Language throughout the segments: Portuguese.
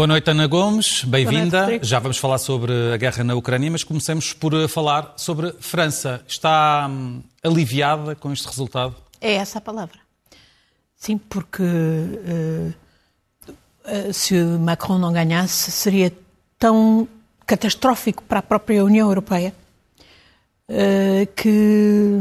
Boa noite, Ana Gomes, bem-vinda. Noite, já vamos falar sobre a guerra na Ucrânia, mas comecemos por falar sobre França. Está aliviada com este resultado? É essa a palavra. Sim, porque se Macron não ganhasse, seria tão catastrófico para a própria União Europeia que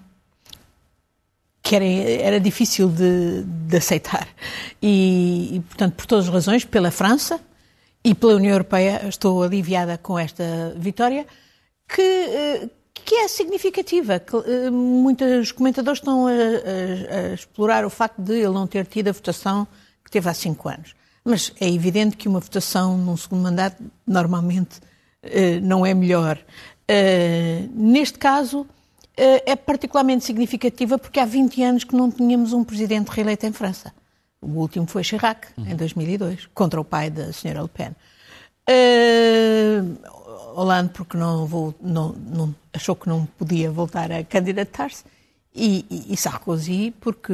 era difícil de aceitar. E, portanto, por todas as razões, pela França e pela União Europeia, estou aliviada com esta vitória, que é significativa. Muitos comentadores estão a explorar o facto de ele não ter tido a votação que teve há 5 anos. Mas é evidente que uma votação num segundo mandato normalmente não é melhor. Neste caso, é particularmente significativa porque há 20 anos que não tínhamos um presidente reeleito em França. O último foi Chirac, em 2002, contra o pai da Sra. Le Pen. Hollande, porque não achou que não podia voltar a candidatar-se, e Sarkozy, porque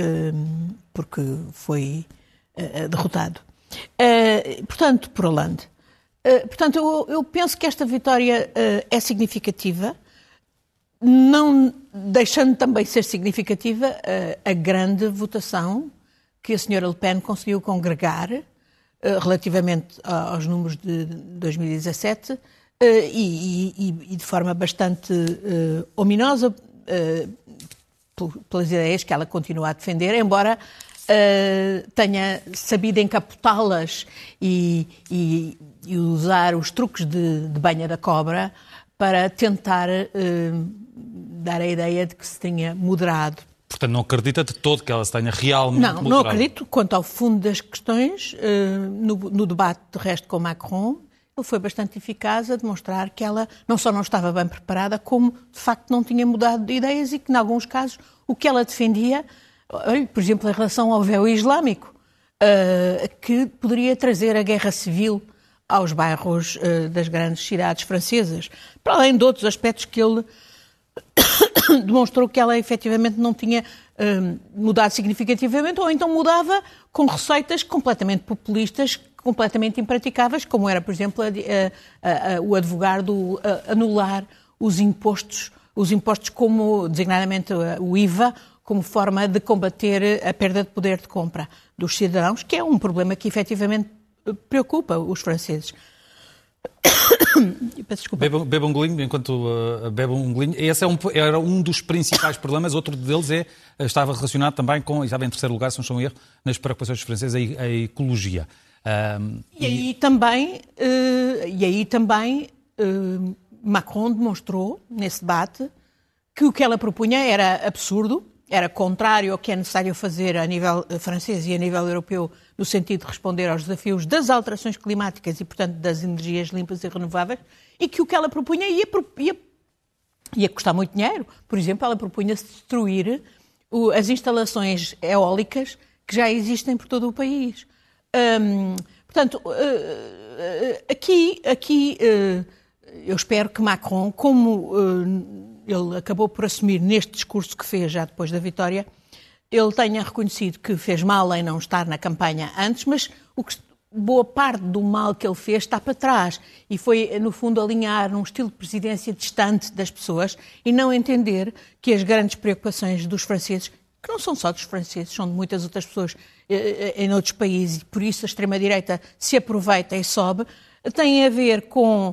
foi derrotado. Portanto, por Hollande. Portanto, eu penso que esta vitória é significativa, não deixando também ser significativa a grande votação que a Sra. Le Pen conseguiu congregar relativamente aos números de 2017 e de forma bastante ominosa pelas ideias que ela continua a defender, embora tenha sabido encapotá-las e usar os truques de banha da cobra para tentar dar a ideia de que se tinha moderado. Portanto, não acredita de todo que ela se tenha realmente moderado? Não acredito. Quanto ao fundo das questões, no debate, de resto, com Macron, ele foi bastante eficaz a demonstrar que ela não só não estava bem preparada, como, de facto, não tinha mudado de ideias e que, em alguns casos, o que ela defendia, por exemplo, em relação ao véu islâmico, que poderia trazer a guerra civil aos bairros das grandes cidades francesas, para além de outros aspectos que ele demonstrou que ela efetivamente não tinha mudado significativamente, ou então mudava com receitas completamente populistas, completamente impraticáveis, como era, por exemplo, o advogar do anular os impostos como, designadamente, o IVA, como forma de combater a perda de poder de compra dos cidadãos, que é um problema que efetivamente preocupa os franceses. Beba um golinho, enquanto bebe um golinho. Esse era um dos principais problemas. Outro deles estava relacionado também com, estava em terceiro lugar, se não estou em erro, nas preocupações dos franceses, a ecologia. E aí também Macron demonstrou, nesse debate, que o que ela propunha era absurdo, era contrário ao que é necessário fazer a nível francês e a nível europeu no sentido de responder aos desafios das alterações climáticas e, portanto, das energias limpas e renováveis, e que o que ela propunha ia custar muito dinheiro. Por exemplo, ela propunha-se destruir as instalações eólicas que já existem por todo o país. Portanto, aqui eu espero que Macron, como ele acabou por assumir neste discurso que fez já depois da vitória, ele tenha reconhecido que fez mal em não estar na campanha antes, mas boa parte do mal que ele fez está para trás. E foi, no fundo, alinhar num estilo de presidência distante das pessoas e não entender que as grandes preocupações dos franceses, que não são só dos franceses, são de muitas outras pessoas em outros países, e por isso a extrema-direita se aproveita e sobe, têm a ver com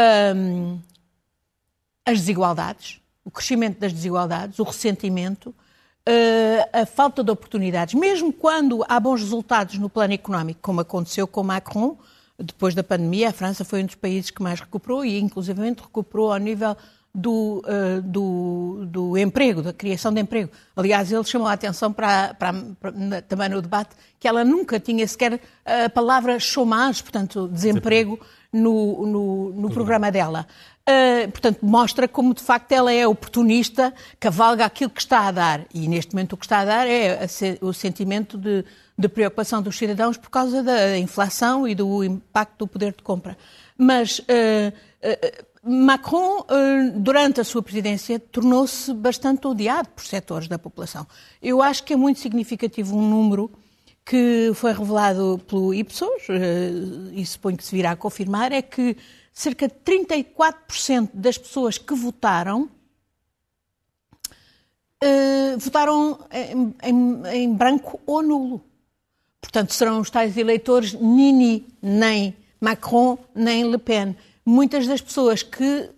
as desigualdades, o crescimento das desigualdades, o ressentimento, a falta de oportunidades. Mesmo quando há bons resultados no plano económico, como aconteceu com Macron, depois da pandemia, a França foi um dos países que mais recuperou e, inclusivamente, recuperou ao nível do emprego, da criação de emprego. Aliás, ele chamou a atenção também no debate que ela nunca tinha sequer a palavra chômage, portanto, desemprego, no programa dela. Portanto, mostra como, de facto, ela é oportunista, cavalga aquilo que está a dar. E, neste momento, o que está a dar é o sentimento de preocupação dos cidadãos por causa da inflação e do impacto do poder de compra. Mas Macron, durante a sua presidência, tornou-se bastante odiado por setores da população. Eu acho que é muito significativo um número que foi revelado pelo Ipsos, e suponho que se virá a confirmar, é que cerca de 34% das pessoas que votaram votaram em branco ou nulo. Portanto, serão os tais eleitores nem Macron, nem Le Pen. Muitas das pessoas que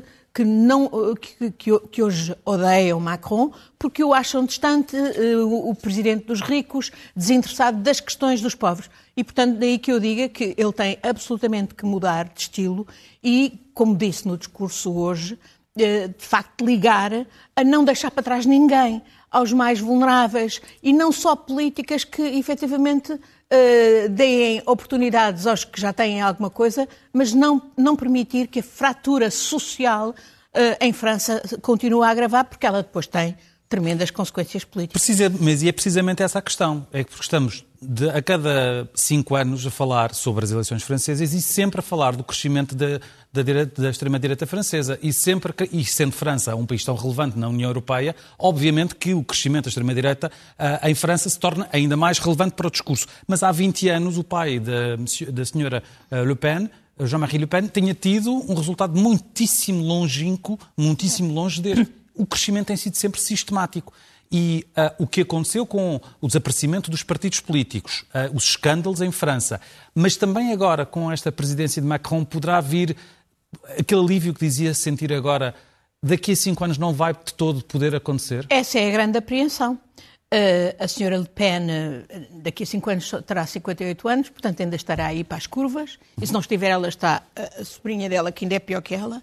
hoje odeiam Macron porque o acham distante, o presidente dos ricos, desinteressado das questões dos pobres. E, portanto, daí que eu diga que ele tem absolutamente que mudar de estilo e, como disse no discurso hoje, de facto ligar a não deixar para trás ninguém, aos mais vulneráveis, e não só políticas que efetivamente deem oportunidades aos que já têm alguma coisa, mas não permitir que a fratura social em França continue a agravar, porque ela depois tem tremendas consequências políticas. Mas é precisamente essa a questão. É que estamos a cada 5 anos a falar sobre as eleições francesas e sempre a falar do crescimento da extrema-direita francesa. E sendo França um país tão relevante na União Europeia, obviamente que o crescimento da extrema-direita em França se torna ainda mais relevante para o discurso. Mas há 20 anos o pai da senhora Le Pen, Jean-Marie Le Pen, tinha tido um resultado muitíssimo longínquo, muitíssimo longe dele. O crescimento tem sido sempre sistemático. E o que aconteceu com o desaparecimento dos partidos políticos, os escândalos em França, mas também agora com esta presidência de Macron poderá vir aquele alívio que dizia sentir agora, daqui a 5 anos não vai de todo poder acontecer? Essa é a grande apreensão. A senhora Le Pen daqui a 5 anos terá 58 anos, portanto ainda estará aí para as curvas, e se não estiver ela está a sobrinha dela que ainda é pior que ela,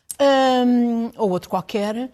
ou outro qualquer.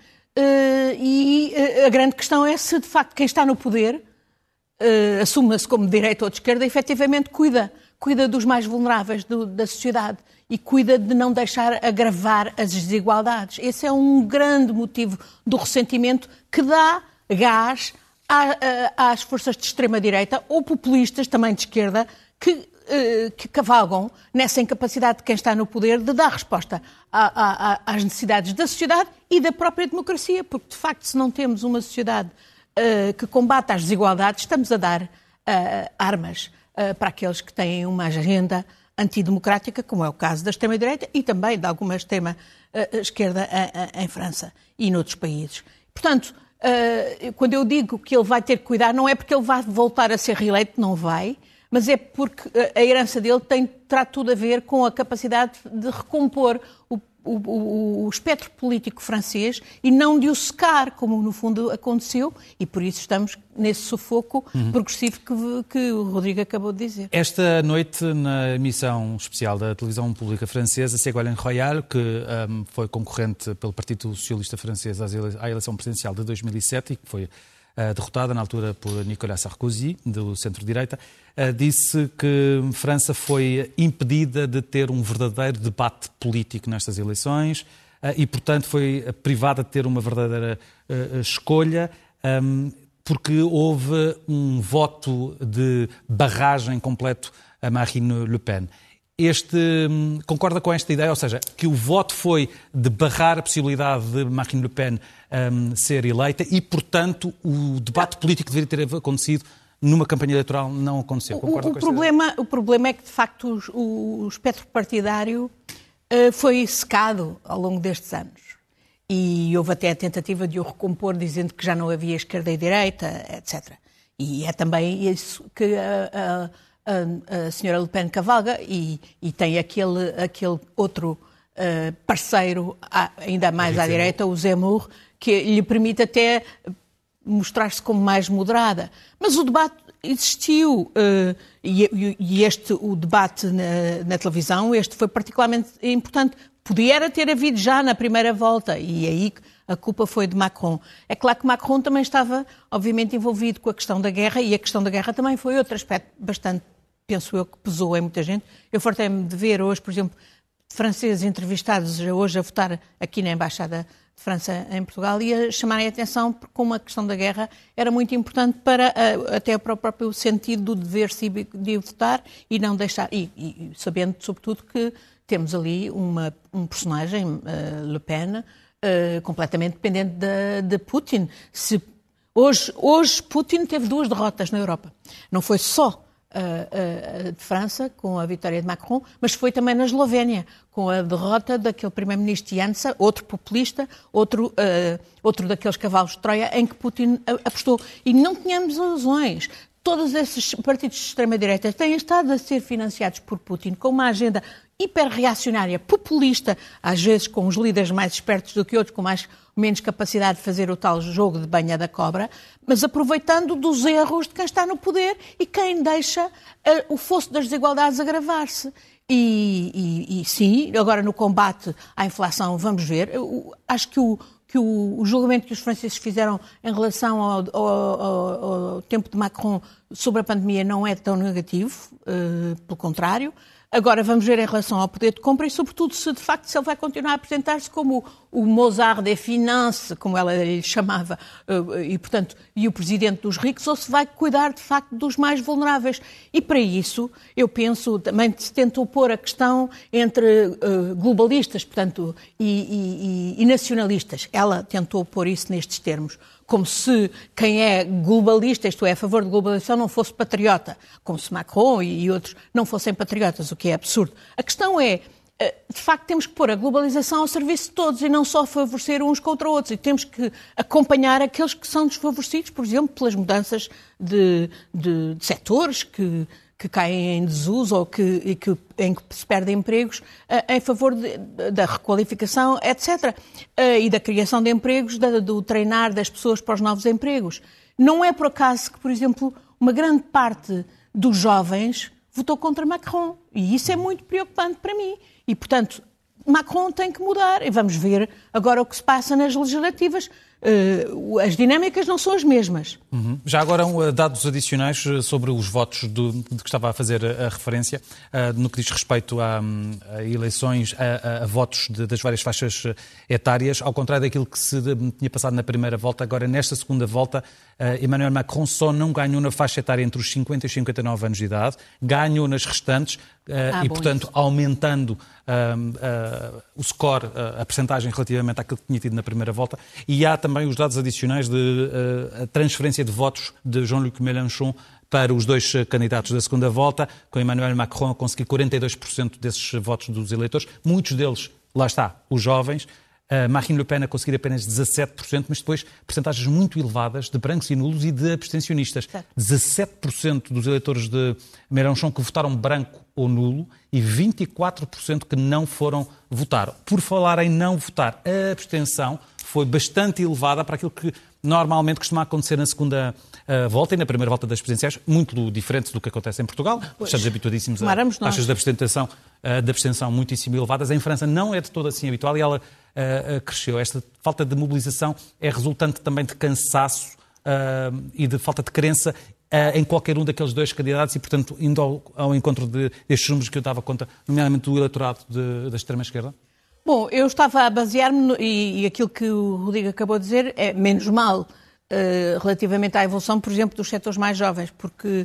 E a grande questão é se, de facto, quem está no poder, assume-se como de direita ou de esquerda, efetivamente cuida dos mais vulneráveis da sociedade e cuida de não deixar agravar as desigualdades. Esse é um grande motivo do ressentimento que dá gás às forças de extrema-direita ou populistas, também de esquerda, que cavalgam nessa incapacidade de quem está no poder de dar resposta às necessidades da sociedade e da própria democracia, porque, de facto, se não temos uma sociedade que combate as desigualdades, estamos a dar armas para aqueles que têm uma agenda antidemocrática, como é o caso da extrema-direita e também de alguma extrema-esquerda em França e noutros países. Portanto, quando eu digo que ele vai ter que cuidar, não é porque ele vai voltar a ser reeleito, não vai, mas é porque a herança dele terá tudo a ver com a capacidade de recompor o espectro político francês e não de o secar, como no fundo aconteceu, e por isso estamos nesse sufoco progressivo que o Rodrigo acabou de dizer. Esta noite, na emissão especial da televisão pública francesa, Ségolène Royal, que foi concorrente pelo Partido Socialista Francês à eleição presidencial de 2007 e que foi derrotada na altura por Nicolas Sarkozy, do centro-direita, disse que França foi impedida de ter um verdadeiro debate político nestas eleições e, portanto, foi privada de ter uma verdadeira escolha porque houve um voto de barragem completo a Marine Le Pen. Concorda com esta ideia? Ou seja, que o voto foi de barrar a possibilidade de Marine Le Pen ser eleita e, portanto, o debate político deveria ter acontecido numa campanha eleitoral, não aconteceu. Concorda com esta ideia? O problema é que, de facto, o espectro partidário foi secado ao longo destes anos. E houve até a tentativa de o recompor, dizendo que já não havia esquerda e direita, etc. E é também isso que a senhora Le Pen cavalga e tem aquele outro parceiro, ainda mais à direita, o Zemmour, que lhe permite até mostrar-se como mais moderada. Mas o debate existiu o debate na televisão, este foi particularmente importante. Podia ter havido já na primeira volta e aí a culpa foi de Macron. É claro que Macron também estava, obviamente, envolvido com a questão da guerra e a questão da guerra também foi outro aspecto bastante, penso eu, que pesou em muita gente. Eu fartei-me de ver hoje, por exemplo, franceses entrevistados hoje a votar aqui na Embaixada de França em Portugal e a chamarem a atenção como a questão da guerra era muito importante para até para o próprio sentido do dever cívico de votar e não deixar, e sabendo sobretudo que temos ali um personagem, Le Pen, completamente dependente de Putin. Se Hoje Putin teve 2 derrotas na Europa. Não foi só de França, com a vitória de Macron, mas foi também na Eslovénia, com a derrota daquele primeiro-ministro Janša, outro populista, outro daqueles cavalos de Troia, em que Putin apostou. E não tínhamos ilusões. Todos esses partidos de extrema-direita têm estado a ser financiados por Putin com uma agenda hiperreacionária, populista, às vezes com os líderes mais espertos do que outros, com menos capacidade de fazer o tal jogo de banha da cobra, mas aproveitando dos erros de quem está no poder e quem deixa o fosso das desigualdades agravar-se. E sim, agora no combate à inflação, vamos ver, acho que o julgamento que os franceses fizeram em relação ao tempo de Macron sobre a pandemia não é tão negativo, pelo contrário. Agora vamos ver em relação ao poder de compra e, sobretudo, se de facto ele vai continuar a apresentar-se como o Mozart des Finances, como ela lhe chamava, e o presidente dos ricos, ou se vai cuidar de facto dos mais vulneráveis. E para isso, eu penso, também se tentou pôr a questão entre globalistas, portanto, e nacionalistas. Ela tentou pôr isso nestes termos. Como se quem é globalista, isto é, a favor de globalização, não fosse patriota. Como se Macron e outros não fossem patriotas, o que é absurdo. A questão é, de facto, temos que pôr a globalização ao serviço de todos e não só favorecer uns contra outros. E temos que acompanhar aqueles que são desfavorecidos, por exemplo, pelas mudanças de setores que caem em desuso ou em que se perdem empregos em favor da requalificação, etc. E da criação de empregos, do treinar das pessoas para os novos empregos. Não é por acaso que, por exemplo, uma grande parte dos jovens votou contra Macron. E isso é muito preocupante para mim. E, portanto, Macron tem que mudar. E vamos ver agora o que se passa nas legislativas. As dinâmicas não são as mesmas. Já agora dados adicionais sobre os votos de que estava a fazer a referência, no que diz respeito a eleições, a votos das várias faixas etárias, ao contrário daquilo que se tinha passado na primeira volta. Agora, nesta segunda volta, Emmanuel Macron só não ganhou na faixa etária entre os 50 e os 59 anos de idade, ganhou nas restantes portanto, isso. Aumentando o score, a percentagem relativamente àquilo que tinha tido na primeira volta. E há também os dados adicionais de transferência de votos de Jean-Luc Mélenchon para os 2 candidatos da segunda volta, com Emmanuel Macron a conseguir 42% desses votos dos eleitores, muitos deles, lá está, os jovens. Marine Le Pen a conseguir apenas 17%, mas depois percentagens muito elevadas de brancos e nulos e de abstencionistas. 17% dos eleitores de Mélenchon que votaram branco ou nulo e 24% que não foram votar. Por falar em não votar, a abstenção foi bastante elevada para aquilo que normalmente costuma acontecer na segunda volta e na primeira volta das presidenciais, muito diferente do que acontece em Portugal. Estamos habituadíssimos a taxas de abstenção muitíssimo elevadas. Em França não é de todo assim habitual e ela cresceu. Esta falta de mobilização é resultante também de cansaço e de falta de crença em qualquer um daqueles 2 candidatos e, portanto, indo ao encontro destes números que eu dava conta, nomeadamente do eleitorado da extrema-esquerda? Bom, eu estava a basear-me, e aquilo que o Rodrigo acabou de dizer é menos mal relativamente à evolução, por exemplo, dos setores mais jovens, porque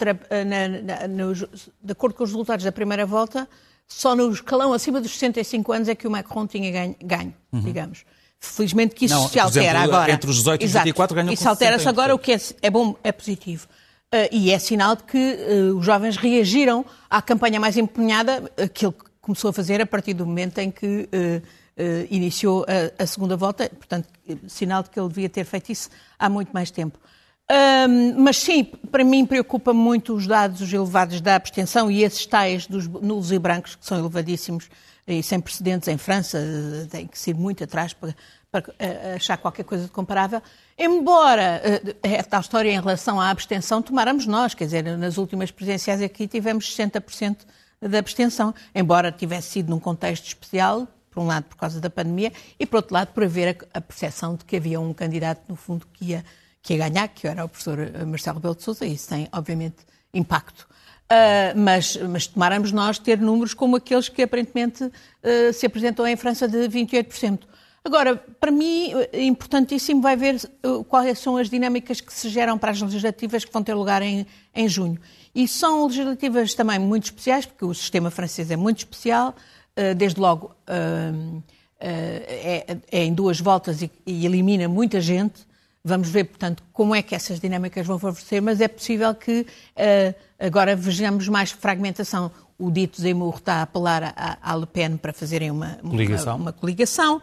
de acordo com os resultados da primeira volta, só no escalão acima dos 65 anos é que o Macron tinha ganho, digamos. Felizmente que isso se altera agora. Entre os 18 e os 24 ganham com 60%. Isso altera-se agora, o que é bom, é positivo. E é sinal de que os jovens reagiram à campanha mais empenhada, que ele começou a fazer a partir do momento em que iniciou a segunda volta. Portanto, sinal de que ele devia ter feito isso há muito mais tempo. Mas sim, para mim preocupa muito os dados elevados da abstenção e esses tais dos nulos e brancos, que são elevadíssimos e sem precedentes em França, tem que ir muito atrás para achar qualquer coisa de comparável. Embora a tal história em relação à abstenção tomáramos nós, quer dizer, nas últimas presidenciais aqui tivemos 60% de abstenção, embora tivesse sido num contexto especial, por um lado por causa da pandemia e por outro lado por haver a percepção de que havia um candidato no fundo que ia ganhar, que era o professor Marcelo Rebelo de Sousa, e isso tem obviamente impacto. Mas tomáramos nós ter números como aqueles que aparentemente se apresentam em França de 28%. Agora, para mim, é importantíssimo vai ver quais são as dinâmicas que se geram para as legislativas que vão ter lugar em junho. E são legislativas também muito especiais, porque o sistema francês é muito especial, desde logo é em 2 voltas e elimina muita gente, Vamos ver, portanto, como é que essas dinâmicas vão favorecer, mas é possível que agora vejamos mais fragmentação. O dito Zemmour está a apelar à Le Pen para fazerem uma coligação.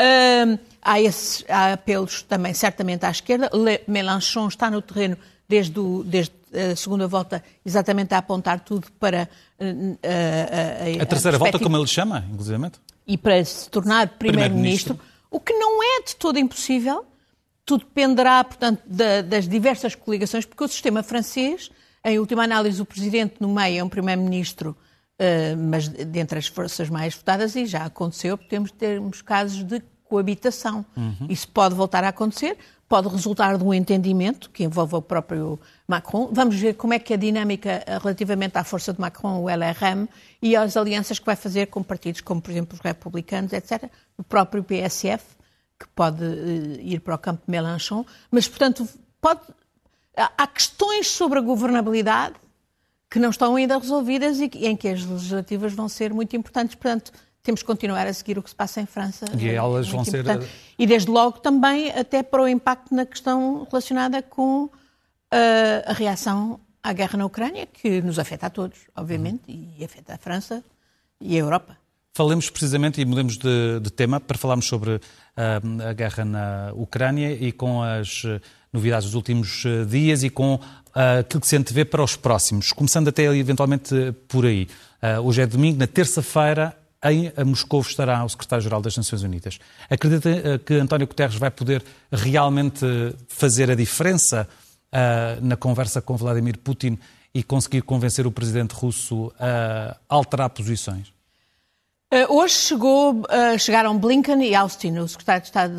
Há apelos também, certamente, à esquerda. Mélenchon está no terreno desde a segunda volta, exatamente a apontar tudo para a terceira volta, como ele chama, inclusivamente. E para se tornar primeiro-ministro, o que não é de todo impossível. Tudo dependerá, portanto, das diversas coligações, porque o sistema francês, em última análise, o presidente no meio é um primeiro-ministro, mas dentre as forças mais votadas, e já aconteceu, porque temos casos de coabitação. Isso pode voltar a acontecer, pode resultar de um entendimento que envolva o próprio Macron. Vamos ver como é que a dinâmica relativamente à força de Macron, o LRM, e às alianças que vai fazer com partidos como, por exemplo, os republicanos, etc., o próprio PSF, que pode ir para o campo de Mélenchon, mas, portanto, há questões sobre a governabilidade que não estão ainda resolvidas e em que as legislativas vão ser muito importantes. Portanto, temos que continuar a seguir o que se passa em França. E elas vão ser... E, desde logo, também até para o impacto na questão relacionada com a reação à guerra na Ucrânia, que nos afeta a todos, obviamente, e afeta a França e a Europa. Falemos precisamente, e mudemos de tema, para falarmos sobre a guerra na Ucrânia e com as novidades dos últimos dias e com aquilo que se antevê para os próximos. Começando até eventualmente por aí. Hoje é domingo, na terça-feira, em Moscou estará o secretário-geral das Nações Unidas. Acredita que António Guterres vai poder realmente fazer a diferença na conversa com Vladimir Putin e conseguir convencer o presidente russo a alterar posições? Hoje chegaram Blinken e Austin, o secretário de Estado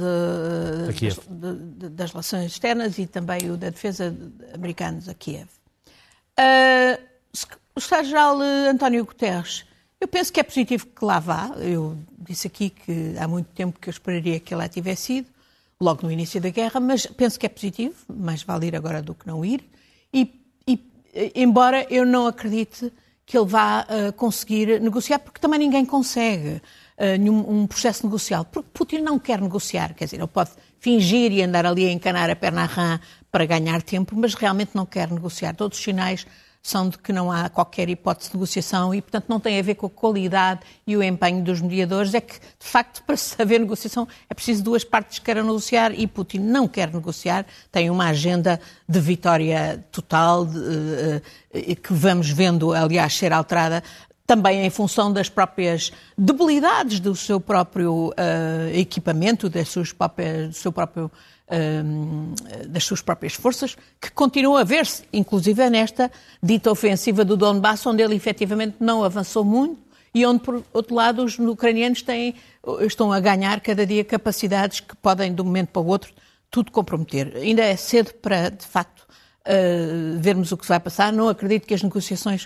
das Relações Externas e também o da Defesa americanos a Kiev. O secretário-geral António Guterres, eu penso que é positivo que lá vá. Eu disse aqui que há muito tempo que eu esperaria que ele lá tivesse ido, logo no início da guerra, mas penso que é positivo, mais vale ir agora do que não ir, e embora eu não acredite que ele vá conseguir negociar, porque também ninguém consegue um processo negocial, porque Putin não quer negociar, quer dizer, ele pode fingir e andar ali a encanar a perna à rã para ganhar tempo, mas realmente não quer negociar. Todos os sinais são de que não há qualquer hipótese de negociação e, portanto, não tem a ver com a qualidade e o empenho dos mediadores. É que, de facto, para se haver negociação é preciso duas partes que queiram negociar e Putin não quer negociar. Tem uma agenda de vitória total que vamos vendo, aliás, ser alterada também em função das próprias debilidades do seu próprio equipamento, das suas próprias forças, que continuam a ver-se, inclusive nesta dita ofensiva do Donbass, onde ele efetivamente não avançou muito e onde, por outro lado, os ucranianos estão a ganhar cada dia capacidades que podem, de um momento para o outro, tudo comprometer. Ainda é cedo para, de facto, vermos o que vai passar. Não acredito que as negociações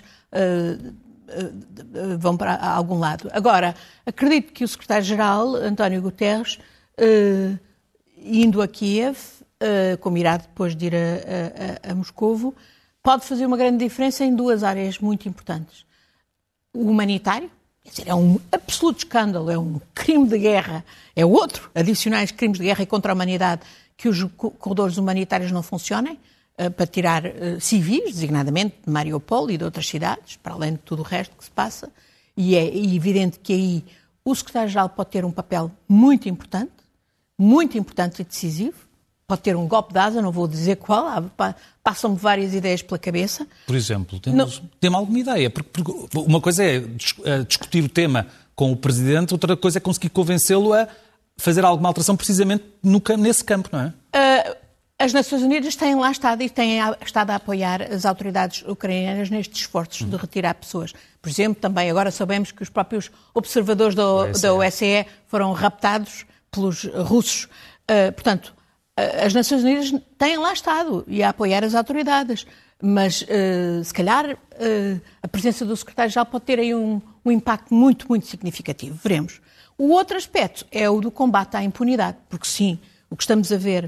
vão para algum lado. Agora, acredito que o secretário-geral, António Guterres, indo a Kiev, como irá depois de ir a Moscovo, pode fazer uma grande diferença em duas áreas muito importantes. O humanitário, quer dizer, é um absoluto escândalo, é um crime de guerra, é outro, adicionais crimes de guerra e contra a humanidade, que os corredores humanitários não funcionem, para tirar civis, designadamente de Mariupol e de outras cidades, para além de tudo o resto que se passa, e é evidente que aí o secretário-geral pode ter um papel muito importante e decisivo, pode ter um golpe de asa, não vou dizer qual, passam-me várias ideias pela cabeça. Por exemplo, tem-me alguma ideia? Porque uma coisa é discutir o tema com o Presidente, outra coisa é conseguir convencê-lo a fazer alguma alteração precisamente nesse campo, não é? As Nações Unidas têm lá estado e têm estado a apoiar as autoridades ucranianas nestes esforços de retirar pessoas. Por exemplo, também agora sabemos que os próprios observadores da OSCE foram raptados pelos russos. Portanto, as Nações Unidas têm lá estado e a apoiar as autoridades. Mas, se calhar, a presença do secretário-geral pode ter aí um impacto muito, muito significativo. Veremos. O outro aspecto é o do combate à impunidade. Porque, sim, o que estamos a ver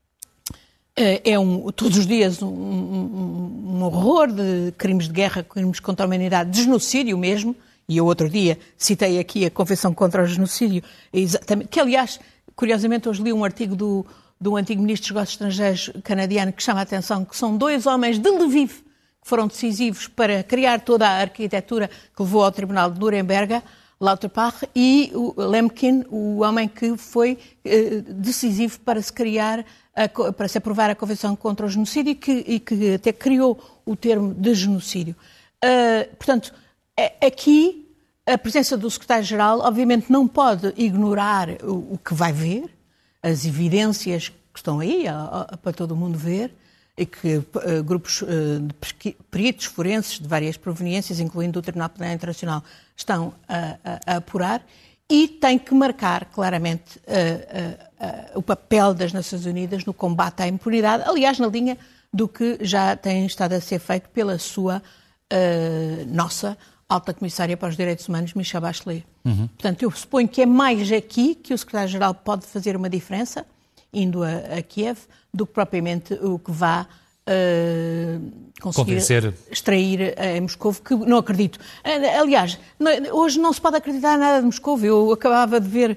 todos os dias um horror de crimes de guerra, crimes contra a humanidade, de genocídio mesmo, e eu outro dia citei aqui a Convenção contra o Genocídio, exatamente, que aliás, curiosamente hoje li um artigo de um antigo ministro dos Negócios Estrangeiros canadiano que chama a atenção que são 2 homens de Lviv que foram decisivos para criar toda a arquitetura que levou ao Tribunal de Nuremberg, Lauterbach, e o Lemkin, o homem que foi decisivo para se criar, para se aprovar a Convenção contra o Genocídio e que até criou o termo de genocídio. Portanto, aqui a presença do secretário-geral obviamente não pode ignorar o que vai ver, as evidências que estão aí para todo o mundo ver, e que grupos de peritos forenses de várias proveniências, incluindo o Tribunal Penal Internacional, estão a apurar, e tem que marcar claramente o papel das Nações Unidas no combate à impunidade, aliás, na linha do que já tem estado a ser feito pela sua nossa Alta Comissária para os Direitos Humanos, Michelle Bachelet. Portanto, eu suponho que é mais aqui que o secretário-geral pode fazer uma diferença, indo a Kiev, do que propriamente o que vá conseguir extrair em Moscou, que não acredito. Aliás, hoje não se pode acreditar nada de Moscou. Eu acabava de ver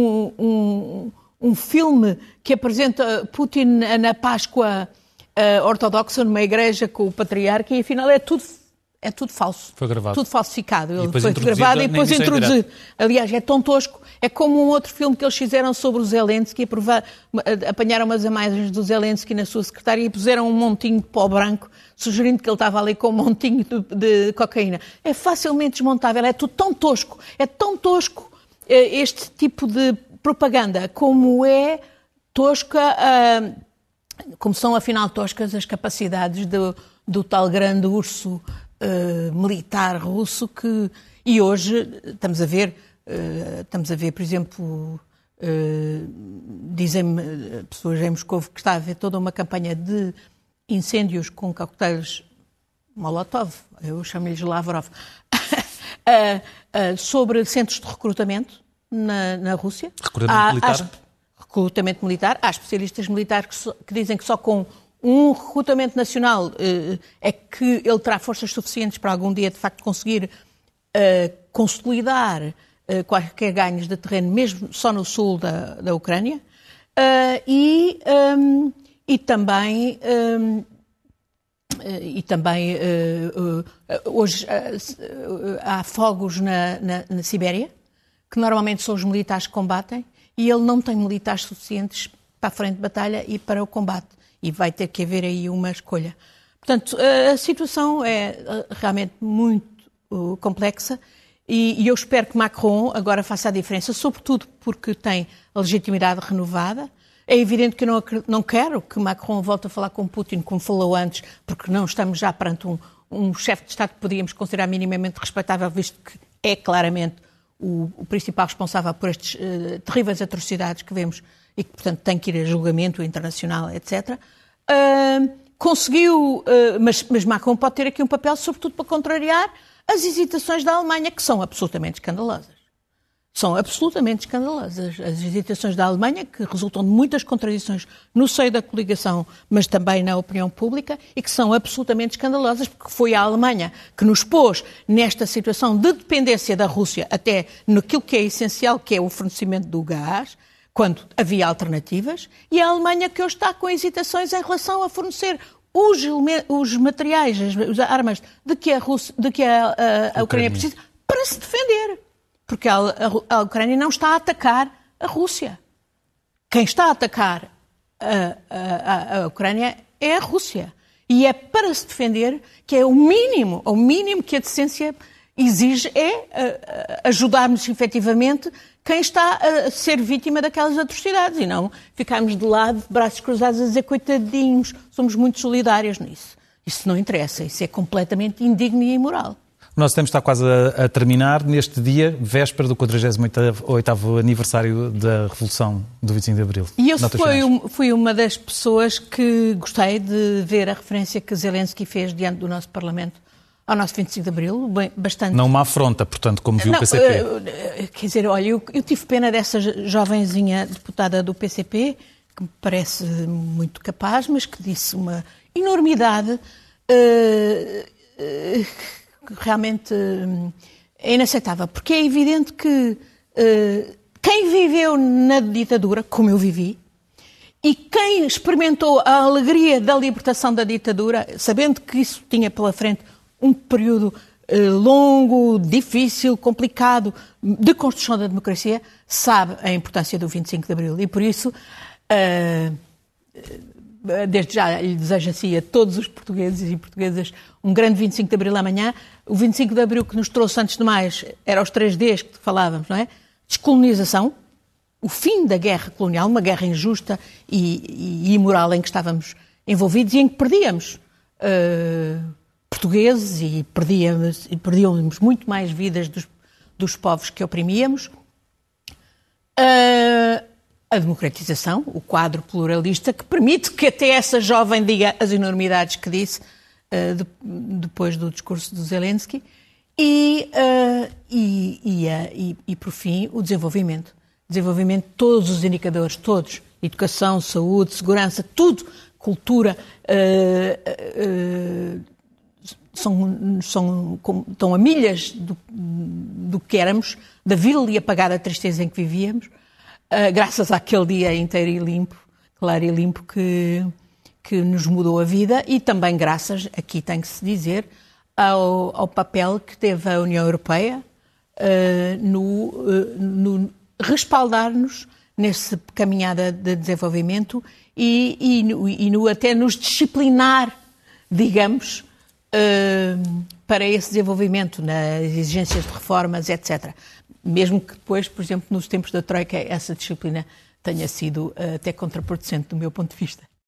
um filme que apresenta Putin na Páscoa ortodoxa numa igreja com o patriarca, e afinal é tudo falso. Foi gravado. Tudo falsificado. Ele foi gravado e depois introduzido. Aliás, é tão tosco. É como um outro filme que eles fizeram sobre o Zelensky, apanharam umas imagens do Zelensky na sua secretária e puseram um montinho de pó branco, sugerindo que ele estava ali com um montinho de cocaína. É facilmente desmontável. É tudo tão tosco. É tão tosco este tipo de propaganda, como é tosca, como são afinal toscas as capacidades do tal grande urso militar russo e hoje estamos a ver, por exemplo, dizem-me pessoas em Moscou que está a haver toda uma campanha de incêndios com coquetéis Molotov, eu chamo-lhes Lavrov, sobre centros de recrutamento na Rússia. Recrutamento militar. Há especialistas militares que dizem que só com um recrutamento nacional é que ele terá forças suficientes para algum dia, de facto, conseguir consolidar quaisquer ganhos de terreno, mesmo só no sul da Ucrânia. E também hoje há fogos na Sibéria, que normalmente são os militares que combatem, e ele não tem militares suficientes para a frente de batalha e para o combate. E vai ter que haver aí uma escolha. Portanto, a situação é realmente muito complexa e eu espero que Macron agora faça a diferença, sobretudo porque tem a legitimidade renovada. É evidente que eu não quero que Macron volte a falar com Putin, como falou antes, porque não estamos já perante um chefe de Estado que podíamos considerar minimamente respeitável, visto que é claramente o principal responsável por estas terríveis atrocidades que vemos e que, portanto, tem que ir a julgamento internacional, etc. Conseguiu, mas Macron pode ter aqui um papel, sobretudo para contrariar as hesitações da Alemanha, que são absolutamente escandalosas. São absolutamente escandalosas. As hesitações da Alemanha, que resultam de muitas contradições no seio da coligação, mas também na opinião pública, e que são absolutamente escandalosas, porque foi a Alemanha que nos pôs nesta situação de dependência da Rússia, até naquilo que é essencial, que é o fornecimento do gás, quando havia alternativas, e a Alemanha que hoje está com hesitações em relação a fornecer os materiais, as armas de que a Ucrânia precisa para se defender. Porque a Ucrânia não está a atacar a Rússia. Quem está a atacar a Ucrânia é a Rússia. E é para se defender que é o mínimo que a decência exige é ajudarmos efetivamente quem está a ser vítima daquelas atrocidades e não ficarmos de lado, braços cruzados, a dizer coitadinhos, somos muito solidários nisso. Isso não interessa, isso é completamente indigno e imoral. O nosso tempo está quase a terminar. Neste dia, véspera do 48º aniversário da Revolução do 25 de Abril. E eu fui uma das pessoas que gostei de ver a referência que Zelensky fez diante do nosso Parlamento ao nosso 25 de Abril, bastante... Não uma afronta, portanto, como viu o PCP. Quer dizer, olha, eu tive pena dessa jovenzinha deputada do PCP, que me parece muito capaz, mas que disse uma enormidade realmente é inaceitável, porque é evidente que quem viveu na ditadura, como eu vivi, E quem experimentou a alegria da libertação da ditadura, sabendo que isso tinha pela frente um período longo, difícil, complicado, de construção da democracia, sabe a importância do 25 de Abril. E por isso, desde já, lhe desejo assim a todos os portugueses e portuguesas um grande 25 de Abril amanhã. O 25 de Abril que nos trouxe, antes de mais, era os 3 Ds que falávamos, não é? Descolonização, o fim da guerra colonial, uma guerra injusta e imoral em que estávamos envolvidos e em que perdíamos portugueses e perdíamos muito mais vidas dos povos que oprimíamos. A democratização, o quadro pluralista, que permite que até essa jovem diga as enormidades que disse depois do discurso do Zelensky. E, por fim, o desenvolvimento. Desenvolvimento de todos os indicadores, todos. Educação, saúde, segurança, tudo. Cultura. Estão a milhas do que éramos, da vil e apagada tristeza em que vivíamos, graças àquele dia inteiro e limpo, claro e limpo, que nos mudou a vida, e também graças, aqui tem que se dizer, ao papel que teve a União Europeia no respaldar-nos nessa caminhada de desenvolvimento e até nos disciplinar, digamos, para esse desenvolvimento, nas exigências de reformas, etc. Mesmo que depois, por exemplo, nos tempos da Troika, essa disciplina tenha sido até contraproducente do meu ponto de vista.